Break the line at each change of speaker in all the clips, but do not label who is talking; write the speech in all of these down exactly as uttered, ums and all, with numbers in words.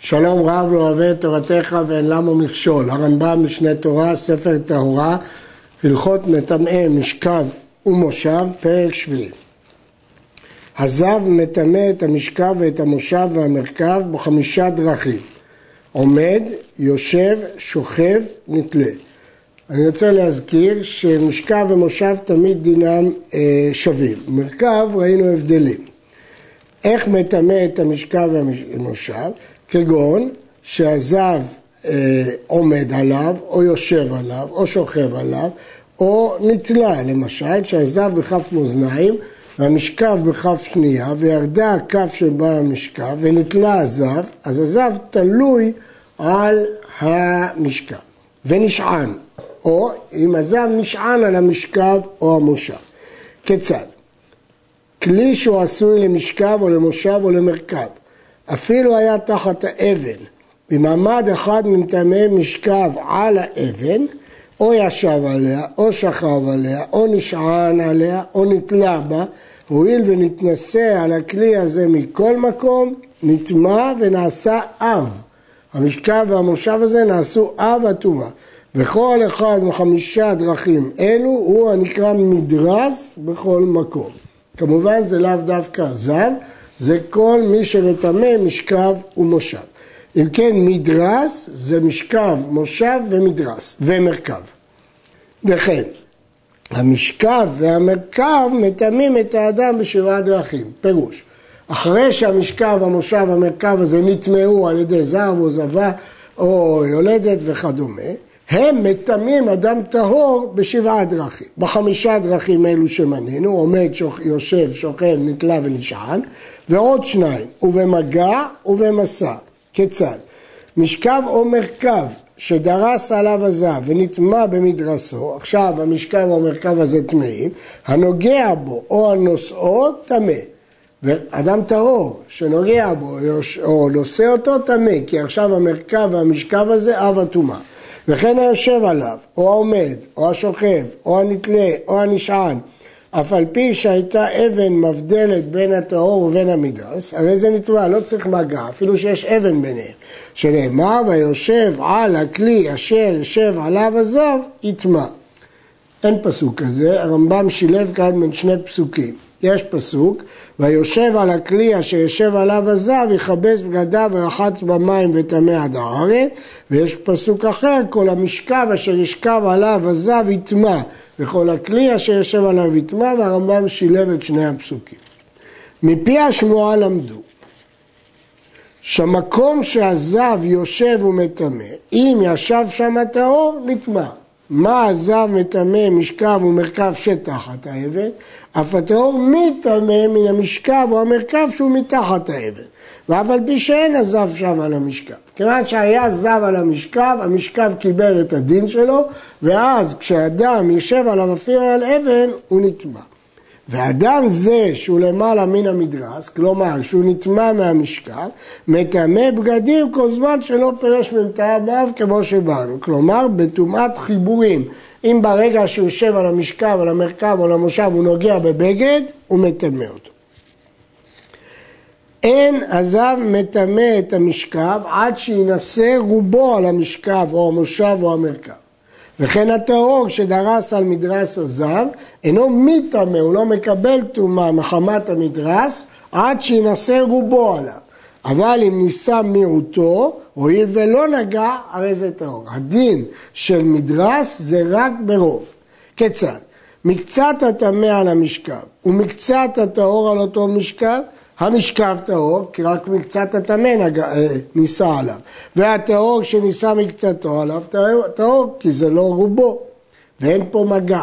שלום רב לא אוהב את תורתך ואין למו מכשול. הרמב"ם משנה תורה, ספר טהרה, הלכות מטמאי משכב ומושב, פרק שביעי. הזב מטמא את המשכב ואת המושב והמרכב בחמישה דרכים: עומד, יושב, שוכב, נתלה. אני רוצה להזכיר שמשכב ומושב תמיד דינם אה, שווים. מרכב ראינו הבדלים. איך מטמא את המשכב והמושב? כגון שהזב אה, עומד עליו, או יושב עליו, או שוכב עליו, או נתלה, למשל, שהזב בכף מאזניים, והמשכב בכף שנייה, וירדה הכף שבה המשכב, ונתלה הזב, אז הזב תלוי על המשכב, ונשען, או אם הזב נשען על המשכב או המושב. כיצד? כלי שהוא עשוי למשכב או למושב או למרכב, אפילו היה תחת האבן, במעמד אחד מטמא משכב על האבן, או ישב עליה, או שכב עליה, או נשען עליה, או נתלה בה, הואיל ונתנסה על הכלי הזה מכל מקום, נטמא ונעשה אב. המשכב והמושב הזה נעשו אב הטומאה. וכל אחד מחמישה דרכים אלו הוא הנקרא מדרס בכל מקום. כמובן זה לאו דווקא זב, זה כל מי שמטמא משכב ומושב. אם כן, מדרס זה משכב, מושב ומדרס ומרכב. וכן, המשכב והמרכב מטמאים את האדם בשבעה דרכים. פירוש, אחרי שהמשכב, המושב, המרכב הזה נטמאו על ידי זב או זבה או יולדת וכדומה, הם מטמאים אדם טהור בשבעה דרכים. בחמישה דרכים אלו שמנינו, עומד, שוכ... יושב, שוכב, נתלה ונשען, ועוד שניים, ובמגע ובמסע. כיצד? משכב או מרכב שדרס עליו הזב ונטמא במדרסו, עכשיו המשכב או המרכב הזה טמאים, הנוגע בו או הנושאו טמא. ואדם טהור שנוגע בו או נושא אותו טמא, כי עכשיו המרכב והמשכב הזה אב הטומאה. וכן היושב עליו, או העומד, או השוכב, או הנתלה, או הנשען, אף על פי שהייתה אבן מבדלת בין הטהור ובין המדרס, הרי זה נטמא, לא צריך מגע, אפילו שיש אבן ביניהם. שנאמר, ויושב על הכלי אשר יושב עליו הזב, יטמא. אין פסוק כזה, הרמב"ם שילב כאן בין שני פסוקים. יש פסוק, ויושב על הכלי אשר יושב עליו הזב, יכבס בגדיו ורחץ במים וטמא עד הערב, ויש פסוק אחר, כל המשכב אשר ישכב עליו הזב יטמא, וכל הכלי אשר יושב עליו יטמא, והרמב"ם שילב את שני הפסוקים. מפי השמועה למדו, שמקום שהזב יושב ומטמא, אם ישב שם הטהור, נטמא. מה הזב מטמא משכב ומרכב שתחת האבן? אף הטהור מטמא מן המשכב או המרכב שהוא מתחת האבן. ואף על פי שאין הזב שם על המשכב. כיוון שהיה זב על המשכב, המשכב קיבל את הדין שלו, ואז כשאדם יושב עליו אפילו על אבן, הוא נטמא. ואדם זה שהוא למעלה מן המדרס, כלומר שהוא נטמא מהמשכב, מטמא בגדים כל זמן שלא פירש ממטאה באב כמו שבאנו. כלומר בטומאת חיבורים. אם ברגע שהוא יושב על המשכב, על המרכב או על המושב הוא נוגע בבגד, הוא מטמא אותו. אין הזב מטמא את המשכב עד שינסה רובו על המשכב או המושב או המרכב. וכן הטהור שדרס על מדרס הזב אינו מטמא, הוא לא מקבל טומאה מחמת המדרס עד שינסה רובו עליו. אבל אם ניסה מיעוטו, הואיל ולא נגע, הרי זה טהור. הדין של מדרס זה רק ברוב. כיצד? מקצת הטמא על המשכב ומקצת הטהור על אותו משכב, המשכב טהור, כי רק מקצת הטמא ניסה עליו. והטהור שניסה מקצתו עליו טהור, כי זה לא רובו. ואין פה מגע.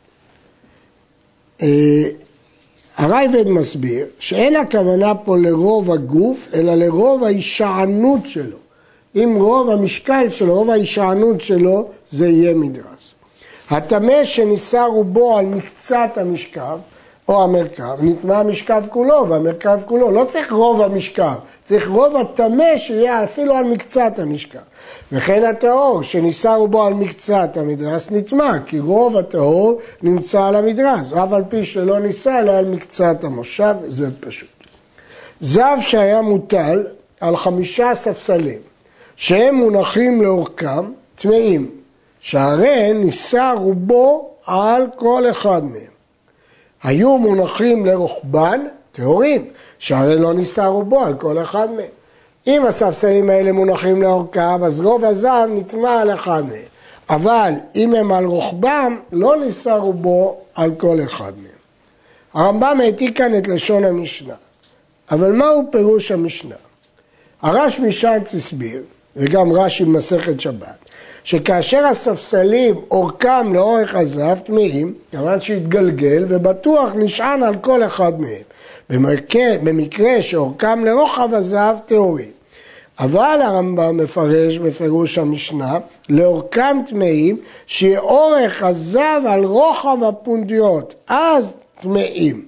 הרייבד מסביר שאין הכוונה פה לרוב הגוף, אלא לרוב ההישענות שלו. אם רוב המשקל שלו, רוב ההישענות שלו, זה יהיה מדרס. הטמא שניסה רובו על מקצת המשכב, או המרכב, נטמא המשכב כולו והמרכב כולו, לא צריך רוב המשכב, צריך רוב הטמא שיהיה אפילו על מקצת המשכב. וכן הטהור שניסה רובו על מקצת המדרס נטמא, כי רוב הטהור נמצא על המדרס, אף על פי שלא ניסה אלא על מקצת המושב, זה פשוט. זב שהיה מוטל על חמישה ספסלים, שהם מונחים לאורכם טמאים, שהרי ניסה רובו על כל אחד מהם. היו מונחים לרוחבן טהורים, שהרי לא ניסה רובו על כל אחד מהם. אם הספסלים האלה מונחים לאורכם, אז רוב הזהב נטמע על אחד מהם. אבל אם הם על רוחבם, לא ניסה רובו על כל אחד מהם. הרמב"ם העתיק כאן את לשון המשנה. אבל מהו פירוש המשנה? הרש משאנץ הסביר, וגם רש"י במסכת שבת, שכאשר הספסלים אורכם לאורך הזהב טמאים, כיוון שהתגלגל ובטוח נשען על כל אחד מהם. במקרה, במקרה שאורכם לרוחב הזהב טהורים. אבל הרמב"ם מפרש בפירוש המשנה, לאורכם טמאים, שאורך הזהב על רוחב הפונדיות, אז טמאים.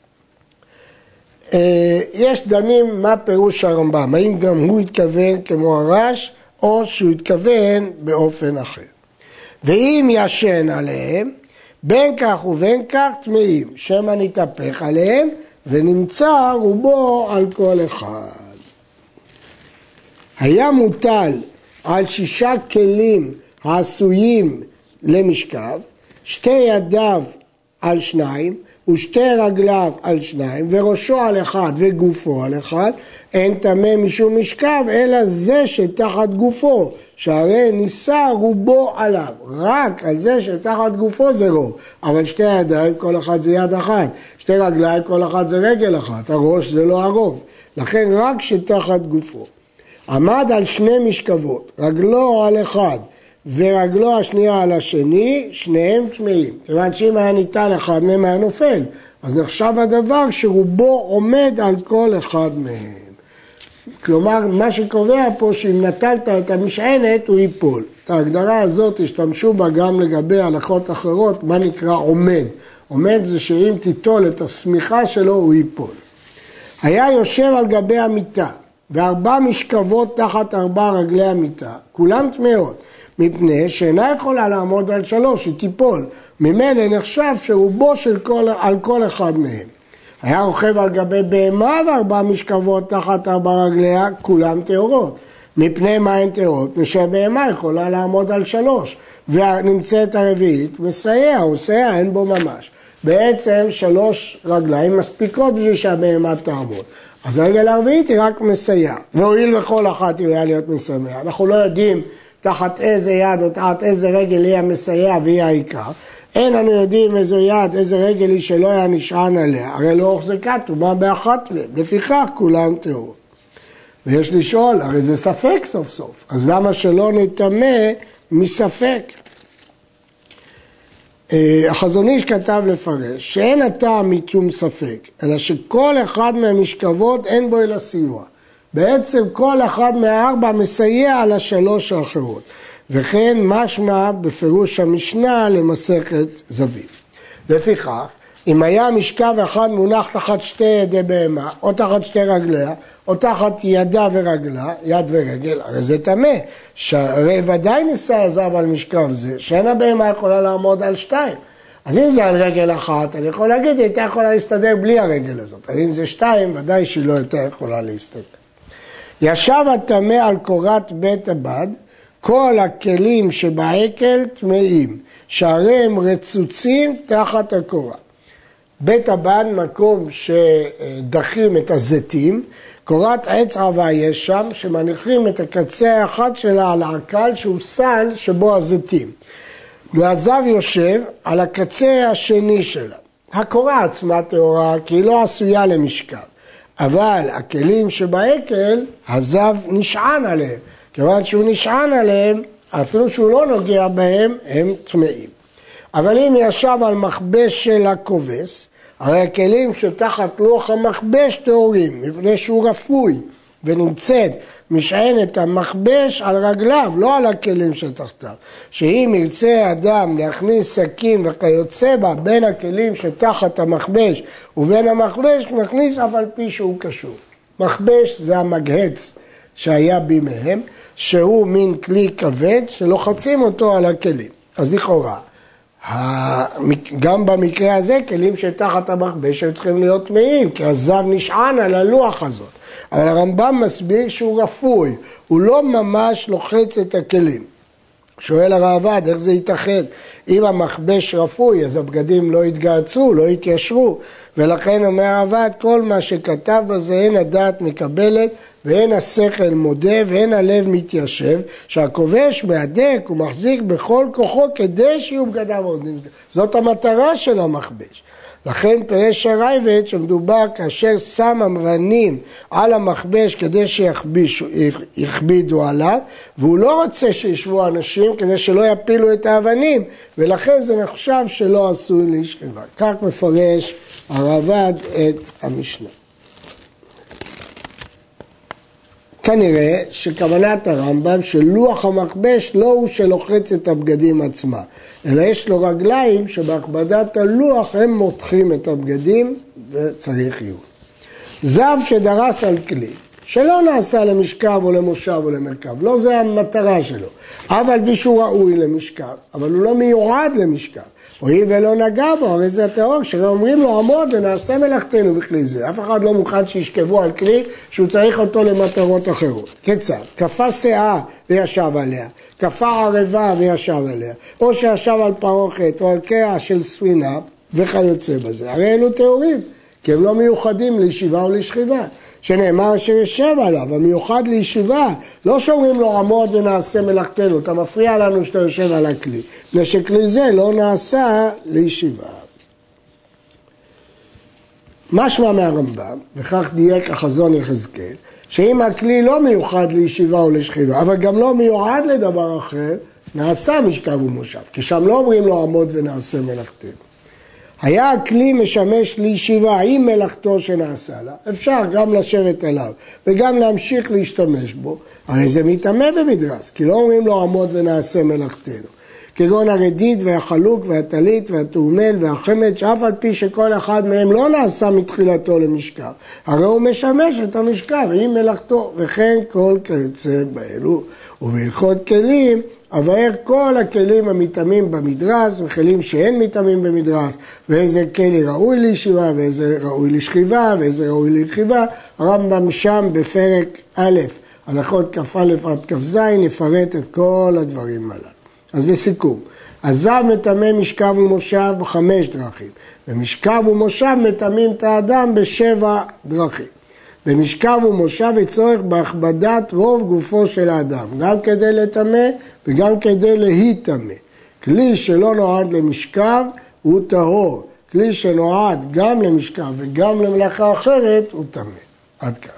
יש דנים מה פירוש הרמב"ם, האם גם הוא התכוון כמו הרש, או שהוא התכוון באופן אחר. ואם ישן עליהם, בין כך ובין כך טמאים, שמא נתהפך עליהם, ונמצא רובו על כל אחד. היה מוטל על שישה כלים העשויים למשכב, שתי ידיו על שניים, ושתי רגליו על שניים, וראשו על אחד וגופו על אחד, אין טמא משום משכב, אלא זה שתחת גופו, שהרי ניסה רובו עליו. רק על זה שתחת גופו זה רוב, אבל שתי ידיים כל אחד זה יד אחת, שתי רגליים כל אחד זה רגל אחת, הראש זה לא הרוב, לכן רק שתחת גופו. עמד על שני משכבות, רגלו על אחד, ורגלו השנייה על השני, שניהם טמאים. כיוון שאם היה ניתן אחד מהם היה נופל, אז נחשב הדבר שרובו עומד על כל אחד מהם. כלומר, מה שקובע פה שאם נטלת את המשענת הוא ייפול. את ההגדרה הזאת השתמשו בה גם לגבי הלכות אחרות, מה נקרא עומד. עומד זה שאם תיטול את הסמיכה שלו הוא ייפול. היה יושב על גבי המיטה, וארבע משכבות תחת ארבע רגלי המיטה, כולם טמאות. מפני שאינה יכולה לעמוד על שלוש, היא תיפול. ממילא נחשב שרובו של כל, על כל אחד מהם. היה רוכב על גבי בהמה וארבע משכבות תחת ארבע רגליה, כולם טהורות. מפני מה הן טהורות? מפני בהמה יכולה לעמוד על שלוש, ונמצאת הרביעית, מסייע, הוא מסייע, אין בו ממש. בעצם שלוש רגליים מספיקות בשביל שהבהמה תעמוד. אז הרגל הרביעית היא רק מסייע, והואיל וכל אחת היא להיות מסייע. אנחנו לא יודעים תחת איזה יד או תחת איזה רגל היא המסייע והיא העיקר. אין אנו יודעים איזו יד, איזה רגל היא שלא היה נשען עליה. הרי לא הוחזקה טומאה באחת מהם. לפיכך כולם טהורות. ויש לשאול, הרי זה ספק סוף סוף. אז למה שלא נטמא מספק? החזון איש כתב לפרש שאין הטעם משום ספק, אלא שכל אחד מהמשכבות אין בו אלא סיוע. בעצם כל אחד מהארבע מסייע לשלוש האחרות. וכן משמע בפירוש המשנה למסכת זווית. לפיכך, אם היה משכב אחד מונח תחת שתי ידי בהמה, או תחת שתי רגליה, או תחת ידה ורגלה, יד ורגל, הרי זה טמא. שהרי ודאי ניסה הזהב על משכב זה, שאין הבהמה יכולה לעמוד על שתיים. אז אם זה על רגל אחת, אני יכול להגיד, היא הייתה יכולה להסתדר בלי הרגל הזאת. אבל אם זה שתיים, ודאי שהיא לא הייתה יכולה להסתדר. ישב הטמא על קורת בית הבד, כל הכלים שבעקל טמאים, שהרי הם רצוצים תחת הקורה. בית הבד, מקום שדחים את הזיתים, קורת עץ עבה יש שם, שמניחים את הקצה האחד שלה על העקל שהוא סל שבו הזיתים. והזב יושב על הקצה השני שלה. הקורה עצמה טהורה כי היא לא עשויה למשכב. אבל הכלים שבעקל, הזב נשען עליהם. כיוון שהוא נשען עליהם, אפילו שהוא לא נוגע בהם, הם טמאים. אבל אם ישב על מכבש של הכובס, הרי הכלים שתחת לוח המכבש טהורים, מפני שהוא רפוי, ונמצאת משענת המכבש על רגליו, לא על הכלים שתחתיו. שאם ירצה אדם להכניס סכין וכיוצא בה בין הכלים שתחת המכבש ובין המכבש, נכניס אף על פי שהוא קשור. מכבש זה המגהץ שהיה בימיהם, שהוא מין כלי כבד שלוחצים אותו על הכלים. אז לכאורה, גם במקרה הזה כלים שתחת המכבש הם צריכים להיות טמאים, כי הזב נשען על הלוח הזאת. אבל הרמב"ם מסביר שהוא רפוי, הוא לא ממש לוחץ את הכלים. שואל הרעב"ד, איך זה ייתכן? אם המכבש רפוי, אז הבגדים לא יתגעצו, לא יתיישרו, ולכן אומר הרעב"ד, כל מה שכתב בזה אין הדעת מקבלת, ואין השכל מודה, ואין הלב מתיישב, שהכובש מהדק ומחזיק בכל כוחו כדי שיהיו בגדיו עומדים. זאת המטרה של המכבש. לכן פירש הרייבד שמדובר כאשר שם אבנים על המכבש כדי שיכבידו עליו, והוא לא רוצה שישבו אנשים כדי שלא יפילו את האבנים, ולכן זה נחשב שלא עשוי להשכיבה. כך מפרש הרעב"ד את המשנה. כנראה שכוונת הרמב"ם שלוח המכבש לא הוא שלוחץ את הבגדים עצמה, אלא יש לו רגליים שבהכבדת הלוח הם מותחים את הבגדים וצריך יהיו. זב שדרס על כלי, שלא נעשה למשכב או למושב או למרכב, לא זה המטרה שלו, אבל מישהו ראוי למשכב, אבל הוא לא מיועד למשכב. הואיל ולא נגע בו, הרי זה הטהור, שאומרים לו עמוד ונעשה מלאכתנו בכלי זה. אף אחד לא מוכן שישכבו על כלי שהוא צריך אותו למטרות אחרות. כיצד? כפה שאה וישב עליה, כפה ערבה וישב עליה, או שישב על פרוכת או על קרע של ספינה וכיוצא בזה. הרי אלו טהורים, כי הם לא מיוחדים לישיבה או לשכיבה. שנאמר שישב עליו, המיוחד לישיבה, לא שאומרים לו עמוד ונעשה מלאכתנו, אתה מפריע לנו שאתה יושב על הכלי, ושכלי זה לא נעשה לישיבה. משמע מהרמב"ם, וכך דייק החזון יחזקאל, שאם הכלי לא מיוחד לישיבה או לשכיבה, אבל גם לא מיועד לדבר אחר, נעשה משכב ומושב, כי שם לא אומרים לו עמוד ונעשה מלאכתנו. היה הכלי משמש לישיבה עם מלאכתו שנעשה לה, אפשר גם לשבת עליו וגם להמשיך להשתמש בו, הרי זה מתאמה במדרס, כי לא אומרים לו עמוד ונעשה מלאכתנו. כגון הרדיד והחלוק והטלית והתאומל והחמד, שאף על פי שכל אחד מהם לא נעשה מתחילתו למשכב, הרי הוא משמש את המשכב עם מלאכתו, וכן כל כיוצא באלו. ובהלכות כלים, אבאר כל הכלים המתאמים במדרס, וכלים שאין מתאמים במדרס, ואיזה כלי ראוי לישיבה, ואיזה ראוי לשכיבה, ואיזה ראוי לרכיבה. הרמב"ם שם בפרק א', הלכות כ"א עד כ"ז, יפרט את כל הדברים הללו. אז לסיכום, הזב מטמא משכב ומושב בחמש דרכים, ומשכב ומושב מטמאים את האדם בשבע דרכים. במשכב ומושב יצורך בהכבדת רוב גופו של האדם, גם כדי לטמא וגם כדי להיטמא. כלי שלא נועד למשכב הוא טהור, כלי שנועד גם למשכב וגם למלאכה אחרת הוא טמא. עד כאן.